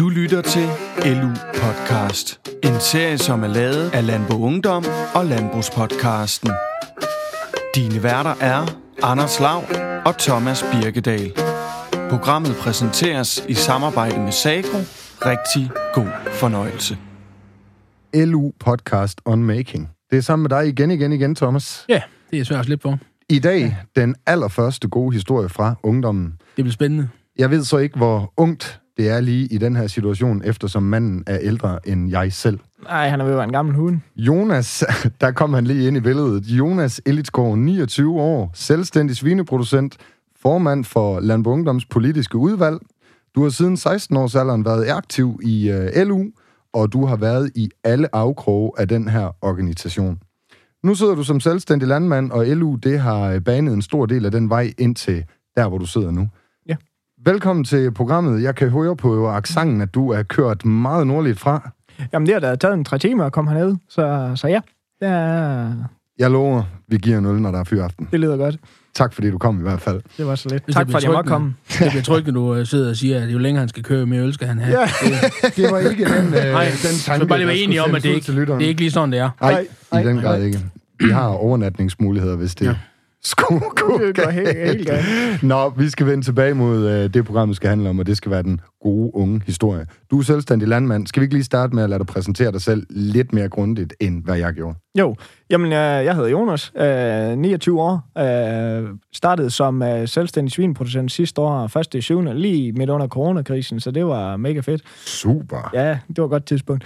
Du lytter til LU Podcast. En serie, som er lavet af Landbo Ungdom og Landbrugspodcasten. Dine værter er Anders Lav og Thomas Birkedal. Programmet præsenteres i samarbejde med Sagro. Rigtig god fornøjelse. LU Podcast on Making. Det er sammen med dig igen, Thomas. Ja, det er svært at slippe på. I dag den allerførste gode historie fra ungdommen. Det bliver spændende. Jeg ved så ikke, hvor ungt det er lige i den her situation, eftersom manden er ældre end jeg selv. Nej, han er ved at være en gammel hund. Jonas, der kom han lige ind i billedet. Jonas Elitsgaard, 29 år, selvstændig svineproducent, formand for Landbo Ungdoms politiske udvalg. Du har siden 16-årsalderen været aktiv i LU, og du har været i alle afkroge af den her organisation. Nu sidder du som selvstændig landmand, og LU, det har banet en stor del af den vej ind til der, hvor du sidder nu. Ja. Velkommen til programmet. Jeg kan høre på accenten, at du er kørt meget nordligt fra. Jamen, det har da taget 3 timer at komme herned, så ja. Det er... Jeg lover, vi giver en øl, når der er fyraften. Det lyder godt. Tak fordi du kom i hvert fald. Det var så lidt. Tak for, at jeg måtte komme. Det bliver trygt, når du sidder og siger, at jo længere han skal køre, jo mere øl skal han have. Ja. Det var ikke den tanke, så bare lige være enige om, at det er ikke lige sådan, det er. Nej, i den grad ikke. Vi har overnatningsmuligheder, hvis det skulle gå helt galt. Nå, vi skal vende tilbage mod det, programmet skal handle om, og det skal være den gode, unge historie. Du er selvstændig landmand. Skal vi ikke lige starte med at lade dig præsentere dig selv lidt mere grundigt, end hvad jeg gjorde? Jo, jamen jeg hedder Jonas, 29 år, startede som selvstændig svineproducent sidste år, 1.7. lige midt under coronakrisen, så det var mega fedt. Super. Ja, det var et godt tidspunkt.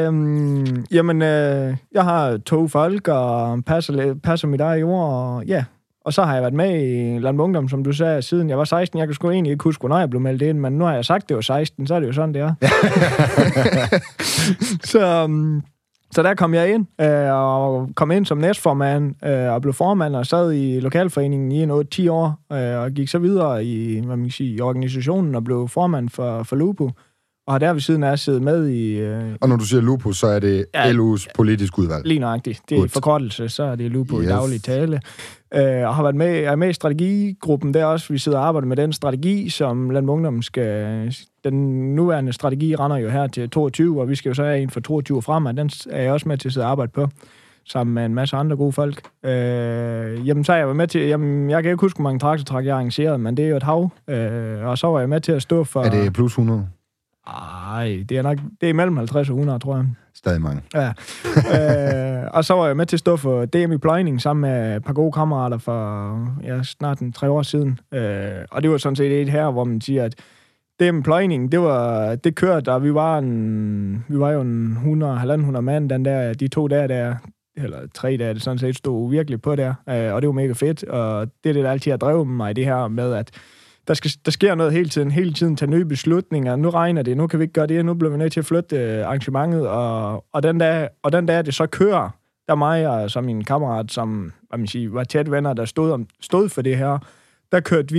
Jeg har 2 folk og passer mit eget jord, og ja. Og så har jeg været med i Landbo Ungdom, som du sagde, siden jeg var 16. Jeg kan sgu egentlig ikke huske, hvornår jeg blev meldt ind, men nu har jeg sagt, det var 16, så er det jo sådan, det er. Så der kom jeg ind, og kom ind som næstformand, og blev formand, og sad i lokalforeningen i 10 år, og gik så videre i, i organisationen, og blev formand for Lupo. Og har der ved siden af siddet med i... Og når du siger Lupo, så er det LU's politisk udvalg? Lige nøjagtigt. Det er forkortelse, så er det Lupo i daglig tale. Og har været med, er med i strategigruppen der også. Vi sidder og arbejder med den strategi, som Landbo Ungdom skal... Den nuværende strategi render jo her til 22, og vi skal jo så have en for 22 fremad. Den er jeg også med til at sidde og arbejde på, sammen med en masse andre gode folk. Jamen, så er jeg været med til... Jamen, jeg kan ikke huske, hvor mange traktortræk jeg har arrangeret, men det er jo et hav. Og så var jeg med til at stå for... Er det plus 100? Ej, det er mellem 50 og 100, tror jeg. Stadig mange. Ja. Og så var jeg med til at stå for DM i pløjning sammen med et par gode kammerater for snart 3 år siden. Og det var sådan set et her, hvor man siger, at DM i pløjning, det kørte, og vi var jo en 100-150 mand de 2 dage der, eller 3 dage, det sådan set stod virkelig på der. Og det var mega fedt, og det er det, der altid har drevet mig, det her med, at der sker noget hele tiden, tage nye beslutninger. Nu regner det, nu kan vi ikke gøre det, nu bliver vi nødt til at flytte arrangementet, og den dag det så kører, der mig og så min kammerat, som var tæt venner, der stod for det her, der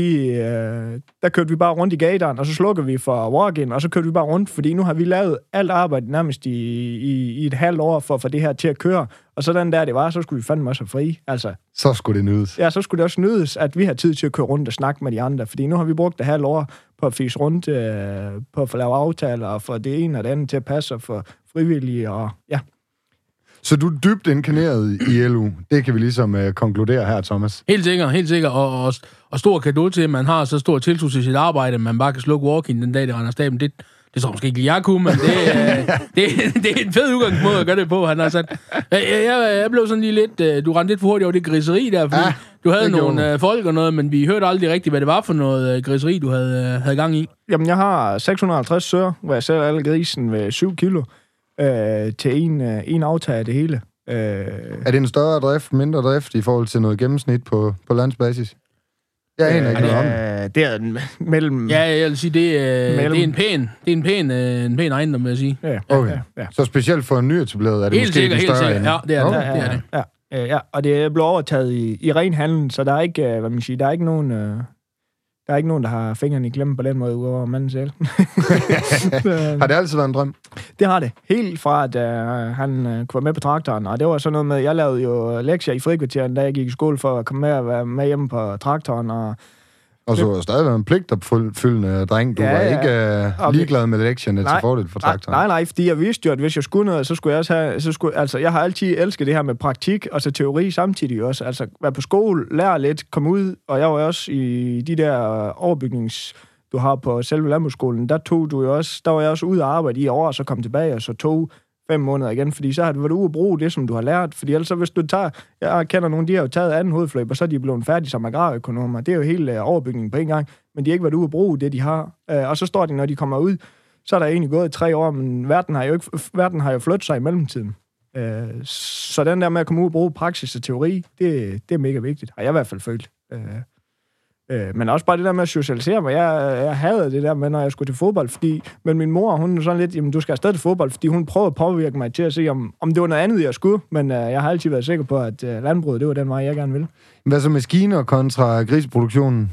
kørte vi bare rundt i gateren, og så slukker vi for walk-in, og så kørte vi bare rundt, fordi nu har vi lavet alt arbejde nærmest i et halvt år for at få det her til at køre. Og så den der det var, så skulle vi fandme også fri. Altså, så skulle det nydes. Ja, så skulle det også nydes, at vi har tid til at køre rundt og snakke med de andre, fordi nu har vi brugt et halvt år på at fise rundt, på at få lavet aftaler, og få det ene og det andet til at passe, og for frivillige, og ja. Så du er dybt inkarneret i LU. Det kan vi ligesom konkludere her, Thomas. Helt sikkert. Og stor cadeau til, at man har så stor tiltro til sit arbejde, man bare kan slukke walk-in den dag, det render staben. Det tror jeg måske ikke lige, jeg kunne, men det er en fed udgangsmåde at gøre det på. Han har sagt, jeg blev sådan lige lidt... Du rendte lidt for hurtigt over det griseri der, fordi du havde nogle folk og noget, men vi hørte aldrig rigtigt, hvad det var for noget griseri, du havde gang i. Jamen, jeg har 650 søer, hvor jeg sælger alle grisen ved 7 kilo. Til en aftager af det hele. Er det en større drift, mindre drift i forhold til noget gennemsnit på landsbasis? Jeg aner ikke noget om det. Det er mellem... Ja, jeg vil sige, det er en pæn ejendom, vil jeg sige. Ja. Okay. Ja. Så specielt for en nyetableret er det måske en større end? Ja, det er det. Ja, og det er blevet overtaget i ren handel, så der er ikke, der er ikke nogen, der har fingrene i klemme på den måde, udover manden selv. Har det altid været en drøm? Det har det. Helt fra, at han kunne være med på traktoren. Og det var sådan noget med, jeg lavede jo lektier i frikvarteren, da jeg gik i skole for at komme med og være med hjemme på traktoren. Og Og så var du stadig en pligtopfyldende dreng. Du var ikke ligeglad med lektierne til fordel for traktoren. Nej, fordi jeg vidste jo, at hvis jeg skulle noget, så skulle jeg også have... altså, jeg har altid elsket det her med praktik, og så teori samtidig også. Altså, være på skole, lære lidt, komme ud, og jeg var også i de der overbygnings... du har på selve landbrugsskolen, der var jeg også ude at arbejde i år, og så kom tilbage, og så 5 måneder igen, fordi så har du været ude at bruge det, som du har lært, fordi ellers hvis du tager, jeg kender nogle, de har jo taget anden hovedforløb, og så er de blevet færdige som agrarøkonomer, det er jo helt overbygningen på en gang, men de har ikke været ude at bruge det, de har, og så står de, når de kommer ud, så er der egentlig gået 3 år, men verden har jo flyttet sig i mellemtiden. Så den der med at komme ud og bruge praksis og teori, det er mega vigtigt, har jeg i hvert fald følt. Men også bare det der med at socialisere mig. Jeg havde det der med, når jeg skulle til fodbold, men min mor, hun er sådan lidt, jamen du skal afsted til fodbold, fordi hun prøvede at påvirke mig til at se, om det var noget andet, jeg skulle, men jeg har altid været sikker på, at landbruget, det var den vej, jeg gerne ville. Hvad så maskiner kontra griseproduktionen?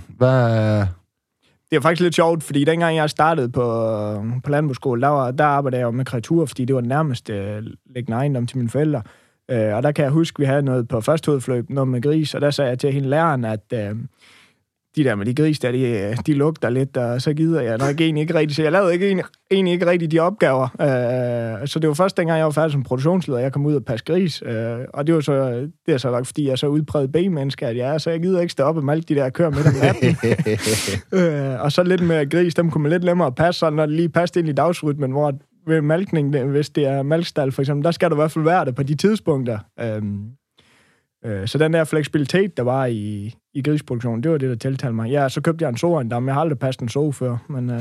Det er faktisk lidt sjovt, fordi dengang jeg startede på landbrugsskole, der arbejdede jeg jo med kreaturer, fordi det var den nærmeste liggende ejendom til mine forældre. Og der kan jeg huske, vi havde noget på første hovedforløb, noget med gris, og der sagde jeg til hende læreren, at de der med de gris der, de lugter lidt, og så gider jeg nok egentlig ikke rigtigt. Så jeg lavede egentlig ikke rigtig de opgaver. Så det var først dengang, jeg var færdig som produktionsleder, jeg kom ud og passe gris. Og det er så nok, fordi jeg er så udpræget B-menneske, at jeg er, så jeg gider ikke stå op med alt de der kører midt om natten. Og så lidt med gris, dem kunne man lidt nemmere passe, så når det lige passede ind i dagsrytmen, hvor ved malkning, hvis det er malkstald for eksempel, der skal du i hvert fald være det på de tidspunkter. Så den der fleksibilitet, der var i grisproduktionen, det var det, der tiltalte mig. Ja, så købte jeg en soejendom. Jeg har aldrig passet en so før. Men,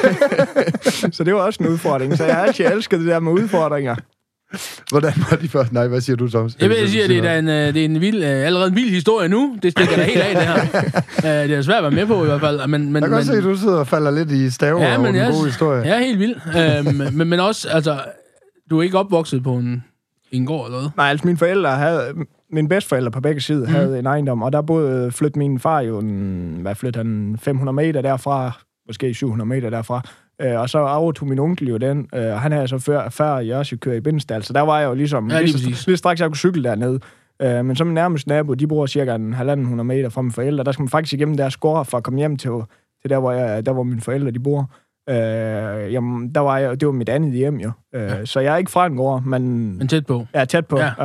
så det var også en udfordring. Så jeg har altid elsket det der med udfordringer. Hvordan var de først? Nej, hvad siger du, Thomas? Jeg vil sige, at det er en vild, allerede en vild historie nu. Det stikker der helt af, det her. Det er svært at være med på i hvert fald. Men, jeg kan også se, at du sidder og falder lidt i staver over en god historie. Ja, helt vild. Men også, altså, du er ikke opvokset på en gård eller noget? Nej, altså mine bedsteforældre på begge sider havde en ejendom, og der flyttede min far jo, 500 meter derfra, måske 700 meter derfra, og så overtog min onkel jo den, og han havde så før Jørgen kører i Bindestal, så der var jeg jo ligesom, lige straks jeg kunne cykle dernede. Men så min nærmeste nabo, de bor cirka 150-100 meter fra mine forældre, der skal man faktisk igennem deres gård for at komme hjem til der, hvor mine forældre de bor. Jamen, det var mit andet hjem jo. Så jeg er ikke fra en gård, men tæt på. Ja, tæt på. Ja.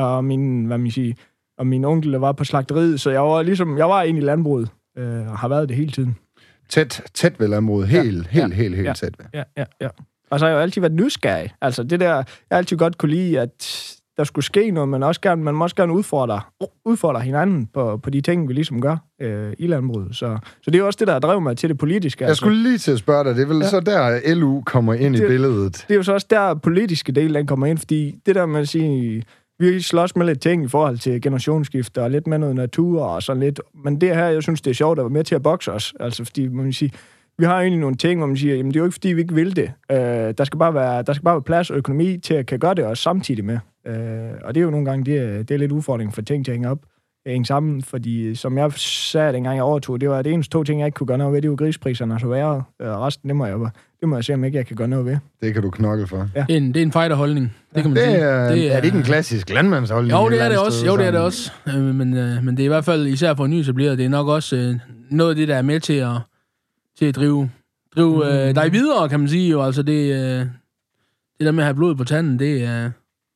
Og min onkel var på slagteriet, så jeg var inde i landbruget, og har været det hele tiden. Tæt ved landbruget. Helt tæt ved. Ja. Og så har jeg jo altid været nysgerrig. Altså det der, jeg altid godt kunne lide, at der skulle ske noget, men man må også gerne udfordre hinanden på de ting, vi ligesom gør i landbruget. Så det er også det, der drev mig til det politiske. Jeg skulle lige til at spørge dig, det er vel så der, LU kommer ind i billedet? Det er jo så også der, politiske del, den kommer ind, fordi det der med at sige, vi slås med lidt ting i forhold til generationsskifte og lidt med noget natur og sådan lidt. Men det her, jeg synes, det er sjovt at være med til at bokse os. Altså, fordi man sige, vi har egentlig nogle ting, hvor man siger, jamen det er jo ikke, fordi vi ikke vil det. Der skal bare være plads og økonomi til at kan gøre det også samtidig med. Og det er jo nogle gange, det er lidt udfordring for ting til at hænge sammen, fordi som jeg sagde, dengang jeg overtog, det var det eneste 2 ting, jeg ikke kunne gøre noget ved, det var grispriserne og så været. Resten, det må jeg se, om ikke jeg kan gøre noget ved. Det kan du knokle for. Ja. Det er en fighterholdning, det kan man sige. Er det ikke en klassisk landmandsholdning? Jo, det er det også. Jo, det er det også. Men det er i hvert fald, især for nyetableret, det er nok også noget af det, der er med til at drive dig videre, kan man sige. Jo. Altså det der med at have blod på tanden, det er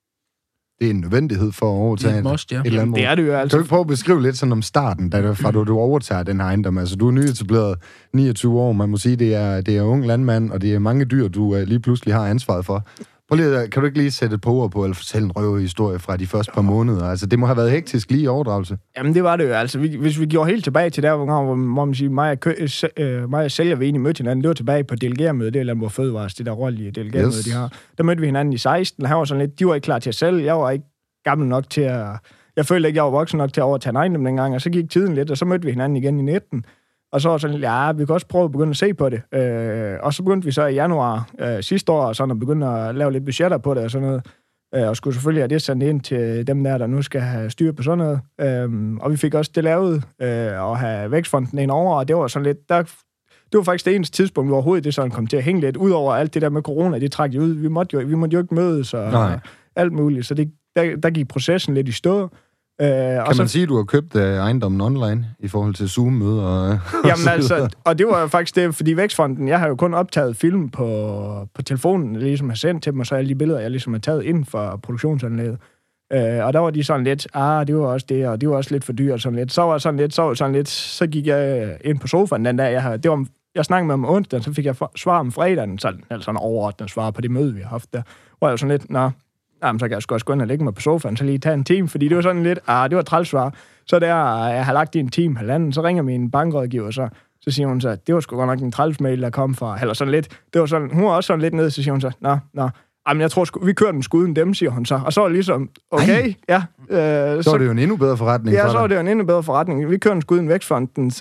en nødvendighed for at overtage et landbrug. Det er det jo altså. Kan du ikke prøve at beskrive lidt sådan om starten, fra du overtager den her ejendom? Altså, du er nyetableret 29 år, man må sige, det er ung landmand, og det er mange dyr, du lige pludselig har ansvaret for. Kan du ikke lige sætte et par ord på, eller fortælle en røverhistorie fra de første par måneder? Altså, det må have været hektisk lige i overdragelse. Jamen, det var det jo. Altså, hvis vi gjorde helt tilbage til der, hvor man siger, mig og sælger vi egentlig mødte hinanden, det var tilbage på delegermødet, det er Landbrug Fødevares, det der rolige delegermøde, de har. Der mødte vi hinanden i 16, og her var sådan lidt, de var ikke klar til at sælge, jeg var ikke gammel nok til at... Jeg følte ikke, jeg var voksen nok til at overtage en ejendom dengang, og så gik tiden lidt, og så mødte vi hinanden igen i 19. Og så var sådan, vi kan også prøve at begynde at se på det. Og så begyndte vi så i januar sidste år, og sådan at begynde at lave lidt budgetter på det og sådan noget. Og skulle selvfølgelig have det sendt ind til dem der nu skal have styr på sådan noget. Og vi fik også det lavet, og have Vækstfonden ind over, og det var sådan lidt... Det var faktisk det eneste tidspunkt, hvor overhovedet det sådan kom til at hænge lidt. Udover alt det der med corona, det trak jo ud. Vi måtte jo ikke mødes og alt muligt. Så der gik processen lidt i stå. Kan man sige, at du har købt ejendommen online i forhold til Zoom-møder? Jamen altså, og det var faktisk det, fordi Vækstfonden, jeg har jo kun optaget film på telefonen, ligesom har sendt til dem, og så alle de billeder, jeg ligesom har taget ind for produktionsanlægget. Og der var de sådan lidt, det var også det, og det var også lidt for dyrt, sådan lidt. Så gik jeg ind på sofaen den dag, jeg snakkede med om onsdagen, så fik jeg svar om fredagen, sådan overordnet svar på det møde, vi har haft der. Hvor jeg var sådan lidt, så kan jeg sgu også gå ind og lægge mig på sofaen, så lige tage en time, fordi det var sådan lidt, det var trælsvar. Så der, jeg har lagt i en time, halvanden, så ringer min bankrådgiver, så siger hun så, det var sgu godt nok en trælsmail, der kom fra, eller sådan lidt. Det var sådan, hun var også sådan lidt ned, så siger hun så, jamen, jeg tror, vi kører den sgu uden dem, siger hun så. Og så var det ligesom, okay, ja. Så var det jo en endnu bedre forretning for dig. Ja, så var det jo en endnu bedre forretning. Vi kører den sgu uden Vækstfonden,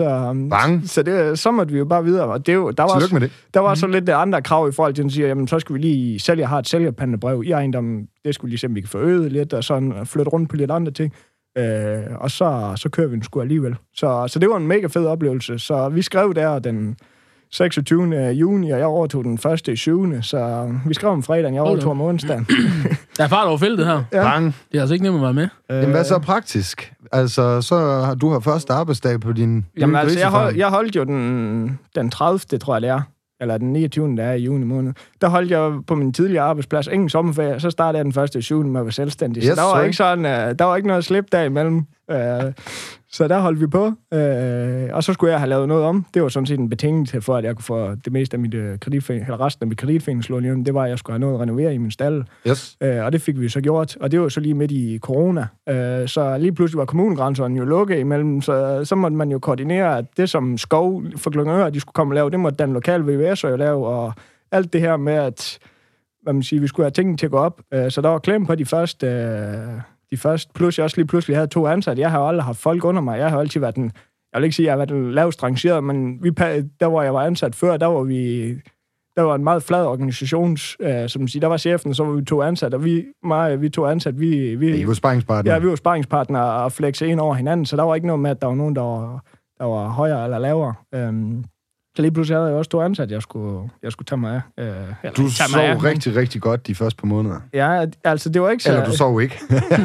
så måtte vi jo bare videre. Og der var så lidt det andre krav i forhold til, at den siger, jamen, så skal vi lige sælge, har et sælgerpandebrev i ejendommen. Det skulle vi lige se, om vi kan få øget lidt, og sådan flytte rundt på lidt andre ting. Og så kører vi den sgu alligevel. Så det var en mega fed oplevelse. Så vi skrev der den 26. juni, og jeg overtog den 1.7. Så vi skrev om fredagen, jeg overtog om onsdagen. Der er fart over feltet her. Ja. Det er altså ikke nemt at være med. Jamen, hvad så praktisk? Altså, du har første arbejdsdag på din jeg holdt jo den 30. tror jeg det er. Eller den 29. der er i juni måned. Der holdt jeg på min tidligere arbejdsplads ingen sommerferie, så startede jeg den 1.7. med at være selvstændig. Så der var ikke noget slip derimellem. Så der holdt vi på, og så skulle jeg have lavet noget om. Det var sådan set en betingelse for, at jeg kunne få det meste af resten af mit kreditforeningslån hjem. Det var, at jeg skulle have noget at renovere i min stald. Yes. Og det fik vi så gjort, og det var så lige midt i corona. Så lige pludselig var kommunegrænserne jo lukket imellem, så måtte man jo koordinere, at det som Skov for Glyngøre, de skulle komme og lave, det måtte den lokale VVS'er jo lave, og alt det her med, at vi skulle have tingene til at gå op. Så der var klem på de første, plus jeg også lige pludselig havde 2 ansatte. Jeg har jo aldrig haft folk under mig. Jeg har altid været jeg vil ikke sige, at jeg har været den lavest rangeret, men der, hvor jeg var ansat før, der var en meget flad organisation, som siger, der var chefen, og så var vi 2 ansatte, og vi 2 ansatte, I var sparringspartnere. Ja, vi var sparringspartnere og flexe ind over hinanden, så der var ikke noget med, at der var nogen, der var højere eller lavere. Så lige pludselig havde jeg også 2 ansatte, jeg skulle tage mig af. Du sov rigtig, rigtig godt de første par måneder. Ja, altså det var ikke så... Eller du sov ikke.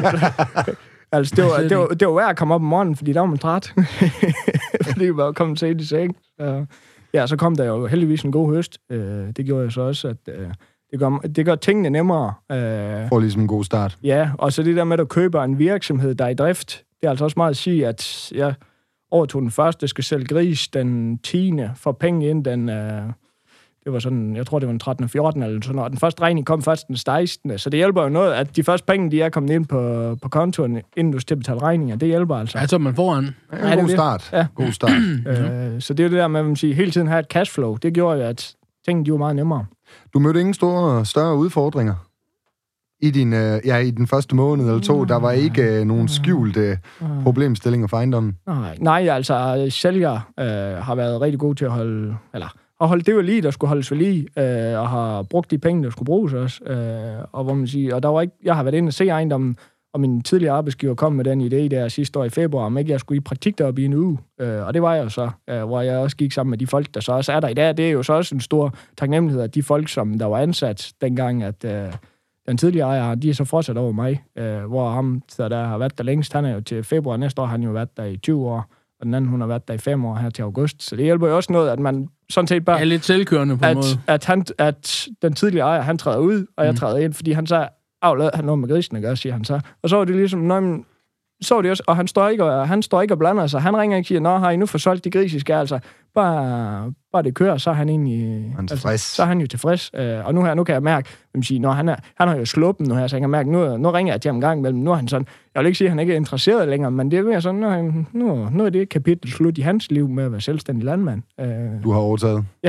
Altså, det var værd at komme op om morgenen, fordi der var man træt. Fordi vi var kommet til i seng. Så kom der jo heldigvis en god høst. Det gjorde jeg så også, at det gør tingene nemmere. For ligesom en god start. Ja, og så det der med, at du køber en virksomhed, der er i drift, det er altså også meget at sige, at jeg overtog den første, skal sælge gris den 10. for penge ind den... Det var sådan, jeg tror, det var den 13. og 14. eller sådan noget. Den første regning kom først den 16. Så det hjælper jo noget, at de første penge, de er kommet ind på kontoen, inden du skal betale regninger. Det hjælper altså. Altså, man får en god start. Ja. God start. Så det er det der med, at man siger, hele tiden have et cashflow. Det gjorde jo, at tingene de var meget nemmere. Du mødte ingen større udfordringer i den første måned eller 2. Der var ikke nogen skjulte problemstillinger for ejendommen? Nej, altså sælger har været rigtig god til at holde... Og det var lige, der skulle holdes ved lige, og har brugt de penge, der skulle bruges også. Og hvor man siger, og der var ikke, jeg har været inde og se ejendommen, og min tidligere arbejdsgiver kom med den idé der sidste år i februar, om ikke jeg skulle i praktik deroppe i en uge. Og det var jeg jo så, hvor jeg også gik sammen med de folk, der så også er der i dag. Det er jo så også en stor taknemmelighed, at de folk, som der var ansat dengang, at den tidligere ejer, de er så fortsat over mig, hvor ham, der har været der længst, han er jo til februar næste år, han jo været der i 20 år. Og den anden, hun har været der i 5 år her til august. Så det hjælper jo også noget, at man sådan set bare... er lidt selvkørende på en måde. At den tidligere ejer, han træder ud, og jeg træder ind, fordi han så aflader han noget med grisen at gøre, siger han så. Og så var det ligesom, så var det også, og han står ikke og blander sig. Han ringer ikke og siger, har I nu forsolgt de gris, I skal altså. Bare det kører, så er han egentlig... så er han jo tilfreds. Og nu kan jeg mærke, han har jo sluppet nu her, så jeg kan mærke, nu ringer jeg til ham en gang imellem. Nu er han sådan, jeg vil ikke sige, at han ikke er interesseret længere, men det er mere sådan, nu er det kapitel slut i hans liv med at være selvstændig landmand. Du har overtaget? Ja.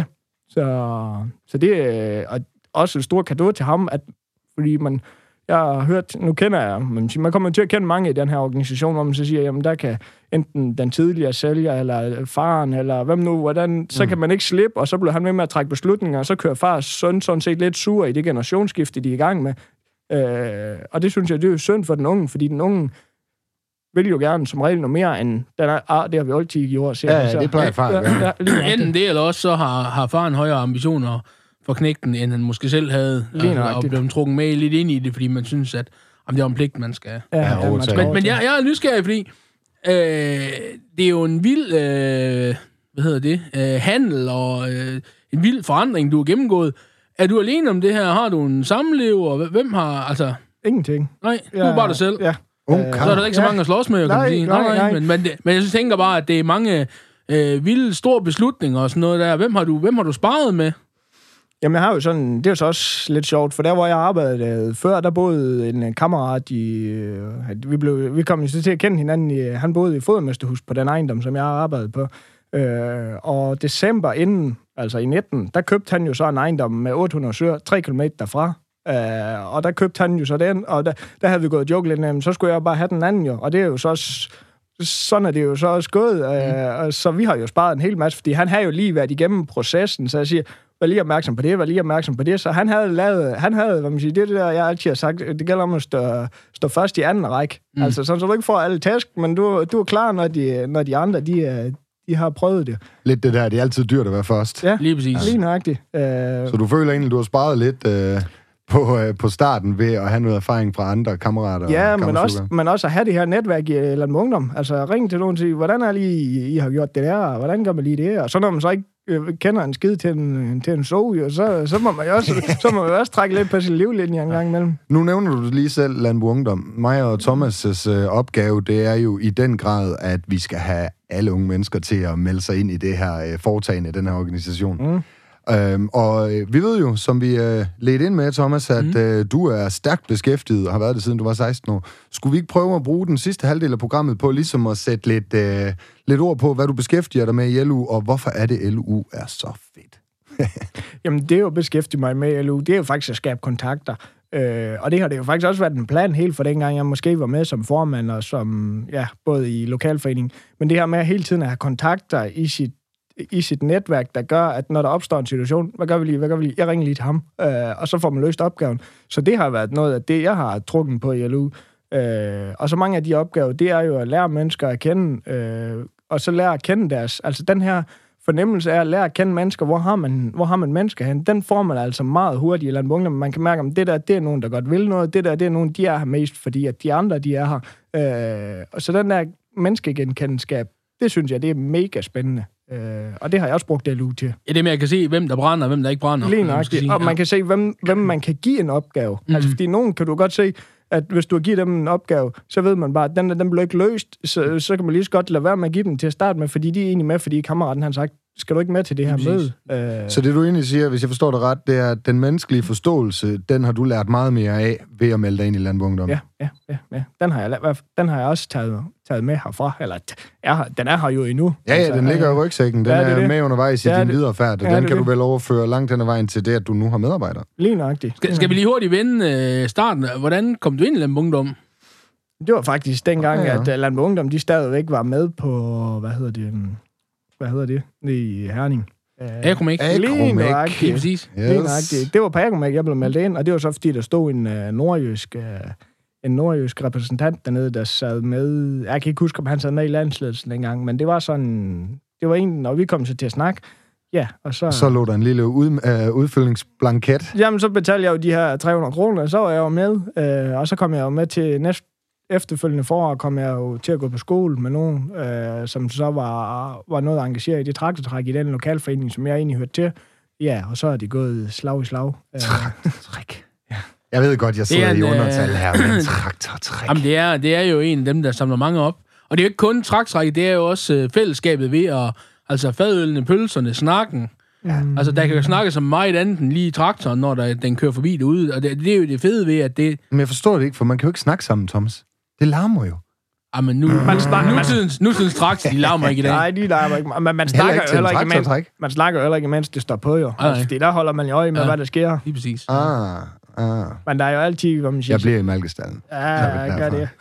Så det er også et stort cadeau til ham, fordi jeg har hørt, nu kender jeg, man kommer til at kende mange i den her organisation, hvor man så siger, jamen der kan enten den tidligere sælger, eller faren, eller hvem nu, hvordan, så kan man ikke slippe, og så bliver han med at trække beslutninger, og så kører fars søn sådan set lidt sur i det generationsskifte, de er i gang med. Og det synes jeg, det er jo synd for den unge, fordi den unge vil jo gerne som regel noget mere, end den er, det har vi altid gjort. Ja, det plejer far. Enten det, eller også så har faren højere ambitioner for knægten, end han måske selv havde, og blevet trukket med lidt ind i det, fordi man synes, at Jamen, det er jo en pligt, man skal. Men jeg er nysgerrig, fordi det er jo en vild, handel og en vild forandring, du har gennemgået. Er du alene om det her? Har du en samlever? Hvem har, altså... Ingenting. Nej, du er bare dig selv. Ja. Så er der ikke så mange at slås med, kan man sige. Nej. Men jeg tænker bare, at det er mange vilde, store beslutninger og sådan noget der. Hvem har du sparet med? Jamen, jeg har jo sådan... Det er jo så også lidt sjovt, for der, hvor jeg arbejdede før, der boede en kammerat vi kom jo til at kende hinanden. Han boede i Fodermesterhus på den ejendom, som jeg arbejdede på. Og december inden, altså i 19, der købte han jo så en ejendom med 800 søer, 3 kilometer derfra. Og der købte han jo så den, og der havde vi gået og joket lidt, så skulle jeg bare have den anden jo. Og det er jo så også... Sådan er det jo så også gået. Så vi har jo sparet en hel masse, fordi han havde jo lige været igennem processen, så jeg siger, var lige opmærksom på det, så han havde, hvad man siger, det der, jeg altid har sagt, det gælder om at stå først i anden række. Altså, så du ikke får alle tæsk, men du er klar, når de andre, de har prøvet det. Lidt det der, det er altid dyrt at være først. Ja, lige præcis. Lige nøjagtigt. Så du føler egentlig, du har sparet lidt på starten ved at have noget erfaring fra andre kammerater? Ja, men også at have det her netværk i Landbo Ungdom. Altså ringe til nogen og sige, hvordan er lige, I har gjort det der, hvordan gør man lige det? Og så når man så ikke kender en skid til en soge, så må man jo også trække lidt på sin livlinje en gang imellem. Nu nævner du lige selv Landbo Ungdom. Mig og Thomas' opgave, det er jo i den grad, at vi skal have alle unge mennesker til at melde sig ind i det her foretagende, den her organisation. Og vi ved jo, som vi ledte ind med, Thomas, at du er stærkt beskæftiget og har været det siden du var 16 år. Skulle vi ikke prøve at bruge den sidste halvdel af programmet på ligesom at sætte lidt ord på, hvad du beskæftiger dig med i LU, og hvorfor er det, LU er så fedt? Jamen, det er jo beskæftiget mig med LU. Det er jo faktisk at skabe kontakter. Og det har det jo faktisk også været en plan helt for dengang, jeg måske var med som formand og som, både i lokalforeningen. Men det her med hele tiden at have kontakter i sit netværk, der gør, at når der opstår en situation, hvad gør vi lige? Jeg ringer lige til ham, og så får man løst opgaven. Så det har været noget af det, jeg har trukket på i LU. Og så mange af de opgaver, det er jo at lære mennesker at kende, og så lære at kende deres... Altså den her fornemmelse af at lære at kende mennesker, hvor har man mennesker hen, den får man altså meget hurtigt i Landbo Ungdom. Man kan mærke, at det der, det er nogen, der godt vil noget, det er nogen, de er her mest, fordi at de andre, de er her. Og så den der menneskegenkendskab, det synes jeg, det er mega spændende. Og det har jeg også brugt LU til. Ja, det med, at jeg kan se, hvem der brænder, og hvem der ikke brænder. Lige nøjagtigt. Og man kan se, hvem man kan give en opgave. Altså, fordi nogen kan du godt se, at hvis du giver dem en opgave, så ved man bare, at den bliver ikke løst, så kan man lige så godt lade være med at give dem til at starte med, fordi de er egentlig med, fordi kammeraten han sagt, skal du ikke med til det her møde? Så det du egentlig siger, hvis jeg forstår det ret, det er, at den menneskelige forståelse, den har du lært meget mere af ved at melde dig ind i Landbo Ungdom. Ja. Den har jeg også taget med herfra. Eller den er her jo endnu. Ja, den ligger i rygsækken. Den er med undervejs i din videre færd, og den kan du vel overføre langt hen ad vejen til det, at du nu har medarbejdere. Lige nøjagtigt. Skal vi lige hurtigt vende starten? Hvordan kom du ind i Landbo Ungdom? Det var faktisk dengang, at Landbo Ungdom, de stadigvæk var med på, hvad hedder det? I Herning. Agromek. Lige nøjagtigt. Præcis. Yes. Det var på Agromek, jeg blev meldt ind, og det var så fordi, der stod en nordjysk repræsentant dernede, der sad med... Jeg kan ikke huske, om han sad med i landsledelsen dengang, men det var sådan... Det var en, når vi kom så til at snakke, ja, og så lå der en lille udfyldningsblanket. Jamen, så betalte jeg jo de her 300 kroner, og så var jeg jo med, og så kom jeg jo med til efterfølgende forår, kom jeg jo til at gå på skole med nogen, som så var noget engageret i det traktortræk i den lokalforening, som jeg egentlig hørte til. Ja, og så er det gået slag i slag. Traktortræk. Ja. Jeg ved godt, jeg sidder i undertal her, men traktortræk. Jamen, det er jo en af dem, der samler mange op. Og det er jo ikke kun traktortræk, det er jo også fællesskabet ved at... Altså fadølene, pølserne, snakken. Ja. Altså, der kan jo snakke så meget andet end lige traktoren, når den kører forbi derude. Og det er jo det fede ved, at det... Men jeg forstår det ikke, for man kan jo ikke snakke sammen, Thomas. Det larmer jo. Jamen, nutidens traktor, de larmer ikke i dag. Nej, de larmer ikke. Men man snakker jo heller ikke, mens det står på, jo. Altså, fordi der holder man jo øje med, hvad der sker. Lige præcis. Men der er jo altid, hvad man siger... Jeg bliver i Malkestallen. Ja, jeg gør det.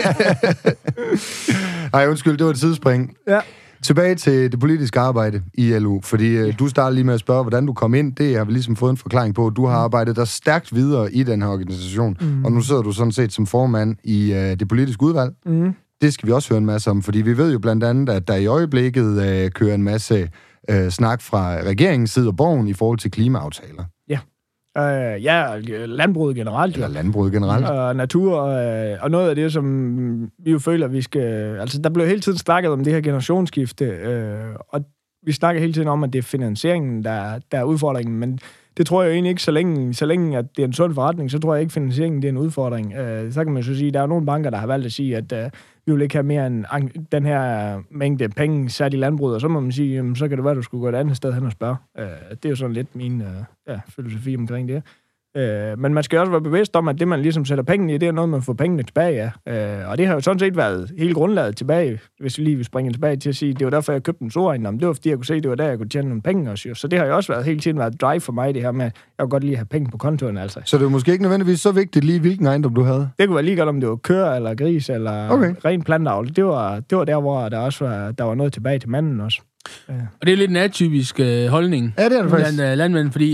Ej, undskyld, det var et tidsspring. Ja. Tilbage til det politiske arbejde i LU, fordi du startede lige med at spørge, hvordan du kom ind. Det har vi ligesom fået en forklaring på. Du har arbejdet dig stærkt videre i den her organisation, og nu sidder du sådan set som formand i det politiske udvalg. Det skal vi også høre en masse om, fordi vi ved jo blandt andet, at der i øjeblikket kører en masse snak fra regeringens side og borgen i forhold til klimaaftaler. Ja. Landbruget generelt. Eller landbruget generelt. Og natur, og noget af det, som vi jo føler, vi skal... Altså, der blev hele tiden snakket om det her generationsskifte, og vi snakker hele tiden om, at det er finansieringen, der er udfordringen, men det tror jeg egentlig ikke, så længe at det er en sund forretning, så tror jeg ikke, finansieringen det er en udfordring. Så kan man så sige, at der er nogle banker, der har valgt at sige, at vi vil ikke have mere end den her mængde penge sat i landbruget, og så må man sige, jamen, så kan det være, at du skulle gå et andet sted hen og spørge. Det er jo sådan lidt min filosofi omkring det. Men man skal også være bevidst om, at det, man ligesom sætter pengene i, det er noget, man får pengene tilbage af. Og det har jo sådan set været hele grundlaget tilbage, hvis vi lige vil springe tilbage til at sige, det var derfor, jeg købte en solejendom. Det var fordi, jeg kunne se, det var der, jeg kunne tjene nogle penge også. Så det har jo også hele tiden været drive for mig, det her med, at jeg kunne godt lige have penge på kontoen, altså. Så det var måske ikke nødvendigvis så vigtigt lige, hvilken ejendom du havde? Det kunne være lige godt, om det var køer eller gris eller ren plantavl. Det var der, hvor der også var noget tilbage til manden også. Ja. Og det er lidt en atypisk holdning. Ja, det er det faktisk. Blandt landmænd, fordi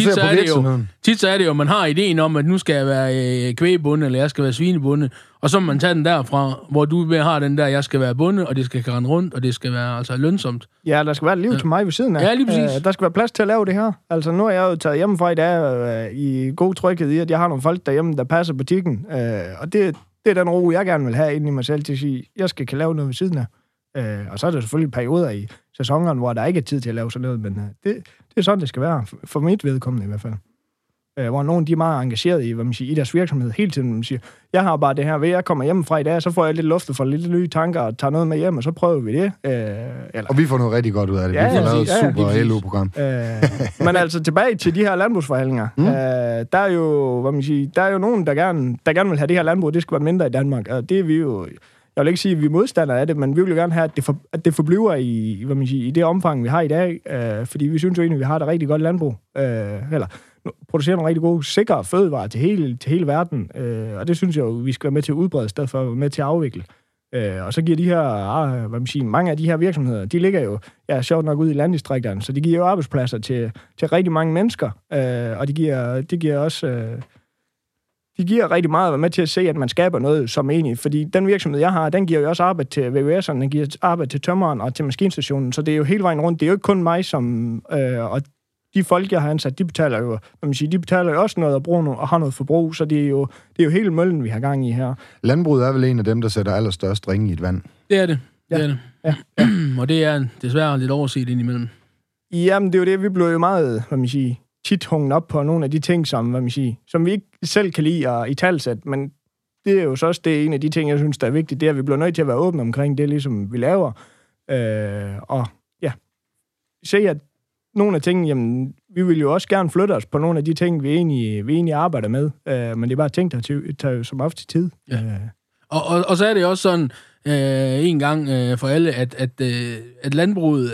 tit så er det jo, man har ideen om, at nu skal jeg være kvægbonde, eller jeg skal være svinebonde, og så må man tage den derfra, hvor du har den der, jeg skal være bonde, og det skal rende rundt, og det skal være altså lønsomt. Ja, der skal være et liv til mig ved siden af. Ja, lige præcis. Der skal være plads til at lave det her. Altså, nu er jeg jo taget hjemmefra i dag i god tryghed i, at jeg har nogle folk derhjemme, der passer butikken, og det er den ro, jeg gerne vil have inde i mig selv til at sige, jeg skal kan lave noget ved siden af. Og så er der selvfølgelig perioder i sæsonerne, hvor der ikke er tid til at lave sådan noget, men det er sådan, det skal være, for mit vedkommende i hvert fald. Hvor nogen, de er meget engageret i, hvad man siger, i deres virksomhed hele tiden. Man siger, jeg har bare det her ved, jeg kommer hjem fra i dag, så får jeg lidt luftet for lidt nye tanker og tager noget med hjem, og så prøver vi det. Og vi får noget rigtig godt ud af det. Ja, vi får lavet et super LO-program. Men altså tilbage til de her landbrugsforhandlinger. Der er jo, hvad man siger, der er jo nogen, der gerne vil have det her landbrug, det skal være mindre i Danmark, og det er vi jo... Jeg vil ikke sige, at vi er modstandere af det, men vi vil jo gerne have, at det forbliver i, hvad man siger, i det omfang, vi har i dag, fordi vi synes jo egentlig, at vi har et rigtig godt landbrug, eller producerer nogle rigtig gode, sikre fødevarer til hele verden, og det synes jeg jo, vi skal være med til at udbrede, i stedet for at være med til at afvikle. Og så giver de her, hvad man siger, mange af de her virksomheder, de ligger jo, sjovt nok ude i landdistrikterne, så de giver jo arbejdspladser til rigtig mange mennesker, og de giver også... De giver rigtig meget at være med til at se, at man skaber noget som egentlig. Fordi den virksomhed, jeg har, den giver jo også arbejde til VVS'erne, den giver arbejde til tømmeren og til maskinstationen. Så det er jo hele vejen rundt. Det er jo ikke kun mig, som... og de folk, jeg har ansat, de betaler jo, de betaler jo også noget at bruge og har noget forbrug. Så det er jo hele møllen, vi har gang i her. Landbruget er vel en af dem, der sætter allerstørst ringe i et vand? Det er det. Ja. Det er det. Ja. Og det er desværre lidt overset indimellem. Jamen, det er jo det, vi blev jo meget, tit hungen op på nogle af de ting, som vi ikke selv kan lide at italesætte, men det er jo så også det en af de ting, jeg synes, der er vigtigt, det er, at vi bliver nødt til at være åbne omkring det, ligesom vi laver. Og ja, se, at nogle af tingene, jamen, vi vil jo også gerne flytte os på nogle af de ting, vi egentlig arbejder med, men det er bare ting, der tager jo som ofte tid. Ja. Og så er det også sådan, en gang for alle, at landbruget...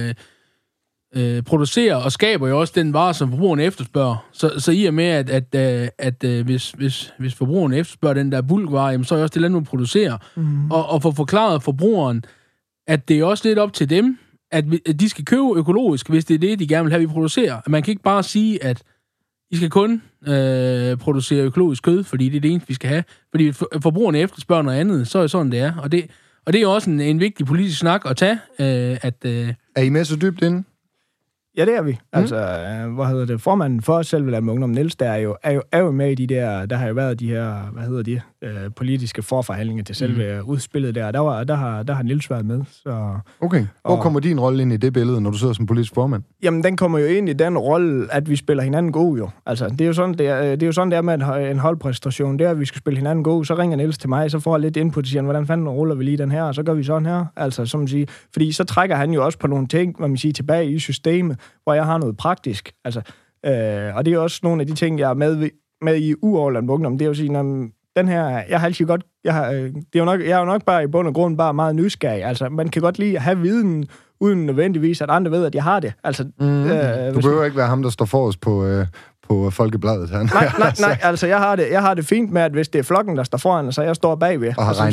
producerer og skaber jo også den vare, som forbrugerne efterspørger. Så i og med, at hvis forbrugerne efterspørger den der bulkvare, jamen, så er også det landbrug producerer. Og få forklaret forbrugeren, at det er også lidt op til dem, at de skal købe økologisk, hvis det er det, de gerne vil have, vi producerer. Man kan ikke bare sige, at I skal kun producere økologisk kød, fordi det er det eneste, vi skal have. Fordi forbrugerne efterspørger noget andet, så er det sådan, det er. Og det er jo også en vigtig politisk snak at tage. Er I med så dybt inde? Ja, det er vi. Altså, formanden for os selv, med Ungdom Niels, der er jo med i de der har jo været de her, politiske forforhandlinger til selve udspillet der. Der har Niels været med. Så, okay. Hvor kommer din rolle ind i det billede, når du sidder som politisk formand? Jamen, den kommer jo ind i den rolle, at vi spiller hinanden god, jo. Altså, det er jo sådan, det er med en holdpræstation. Det er, at vi skal spille hinanden god. Så ringer Niels til mig, så får jeg lidt input og siger, hvordan fanden ruller vi lige den her, og så gør vi sådan her. Altså, som man siger, fordi så trækker han jo også på nogle ting, hvad man siger, tilbage i systemet, hvor jeg har noget praktisk. Altså, og det er også nogle af de ting, jeg er med i Uoverland Ungdom. Det er jo at sige, den her, jeg har altid godt, jeg er jo nok bare i bund og grund bare meget nysgerrig. Altså, man kan godt lide at have viden, uden nødvendigvis, at andre ved, at jeg har det. Altså, du behøver ikke være ham, der står forrest på Folkebladet. Nej, altså jeg har det fint med, at hvis det er flokken, der står foran, så jeg står bagved.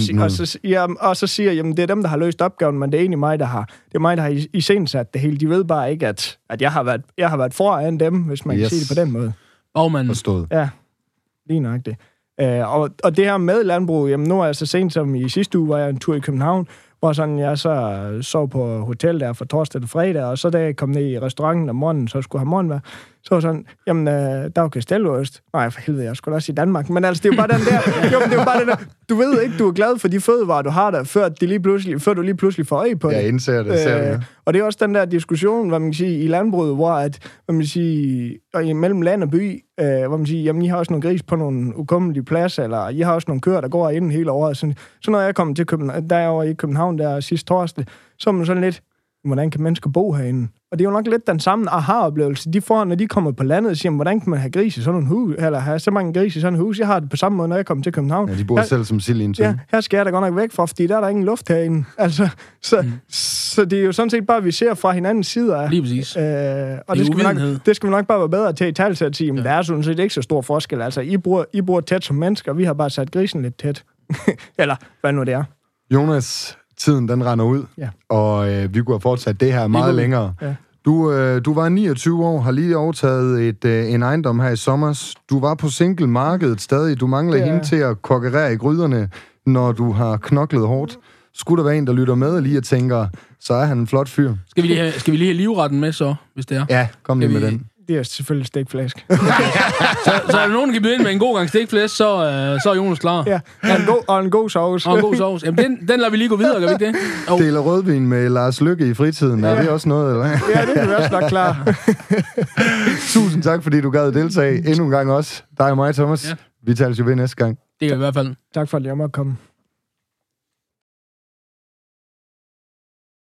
Og så siger jeg, jamen det er dem, der har løst opgaven, men det er egentlig mig, der har iscenesat det hele. De ved bare ikke, at jeg har været foran dem, hvis man kan sige det på den måde. Forstået. Ja, lige nok det. Og det her med landbrug, jamen nu er jeg så sent som i sidste uge, var jeg en tur i København, hvor sådan jeg så sov på hotel der fra torsdag til fredag, og så da jeg kom ned i restauranten om morgenen, så skulle have morgenmad, Så var sådan, jamen, der er jo Castellost. Nej, for helvede, jeg skulle også i Danmark. Men altså, det er jo bare den der, jo, men det er jo bare den der, du ved ikke, du er glad for de fødevarer, du har der, før du lige pludselig får øje på det. Jeg indser det selv, Og det er også den der diskussion, hvad man kan sige, i landbruget, hvor at, hvad man sige, og mellem land og by, hvor man siger, jamen, I har også nogle gris på nogle ukommelige pladser, eller I har også nogle køer, der går inden hele året. Så når jeg kom til København, der jeg var i København der sidste torsdag, så er man sådan lidt, hvordan kan mennesker bo herinde? Og det er jo nok lidt den samme aha-oplevelse, de får, når de kommer på landet og siger, hvordan kan man have gris i sådan en hus, eller have så mange gris i sådan en hus? Jeg har det på samme måde, når jeg kommer til København. Ja, de bor selv som sild i en tønde. Ja, her skal jeg da godt nok væk fra, fordi der er ingen luft herinde. Altså, så det er jo sådan set bare, vi ser fra hinandens sider. Lige præcis. Og det skal vi nok bare være bedre til i tale til at sige, men der er sådan set ikke så stor forskel. Altså, I bor tæt som mennesker, vi har bare sat grisen lidt tæt. Eller hvad nu det er. Jonas, tiden den render ud, og vi kunne have fortsat det her meget længere. Ja. Du var 29 år, har lige overtaget en ejendom her i sommer. Du var på single-markedet stadig. Du mangler hende til at kokkerere i gryderne, når du har knoklet hårdt. Skulle der være en, der lytter med og lige og tænker, så er han en flot fyr. Skal vi lige have livretten med så, hvis det er? Ja, kom lige med den. Det er selvfølgelig stikflæsk. så er der nogen, der kan byde ind med en god gang stikflæsk, så er Jonas klar. Ja, og en god sovs. Og en god sovs. Jamen, den lader vi lige gå videre, gør vi ikke det? Oh. Deler rødvin med Lars Løkke i fritiden. Ja. Er det også noget, eller? Ja, det er vi også nok klar. Tusind tak, fordi du gad at deltage. Endnu en gang også. Dig og mig, Thomas. Ja. Vi tales jo ved næste gang. Det gør vi i hvert fald. Tak for, at jeg måtte komme.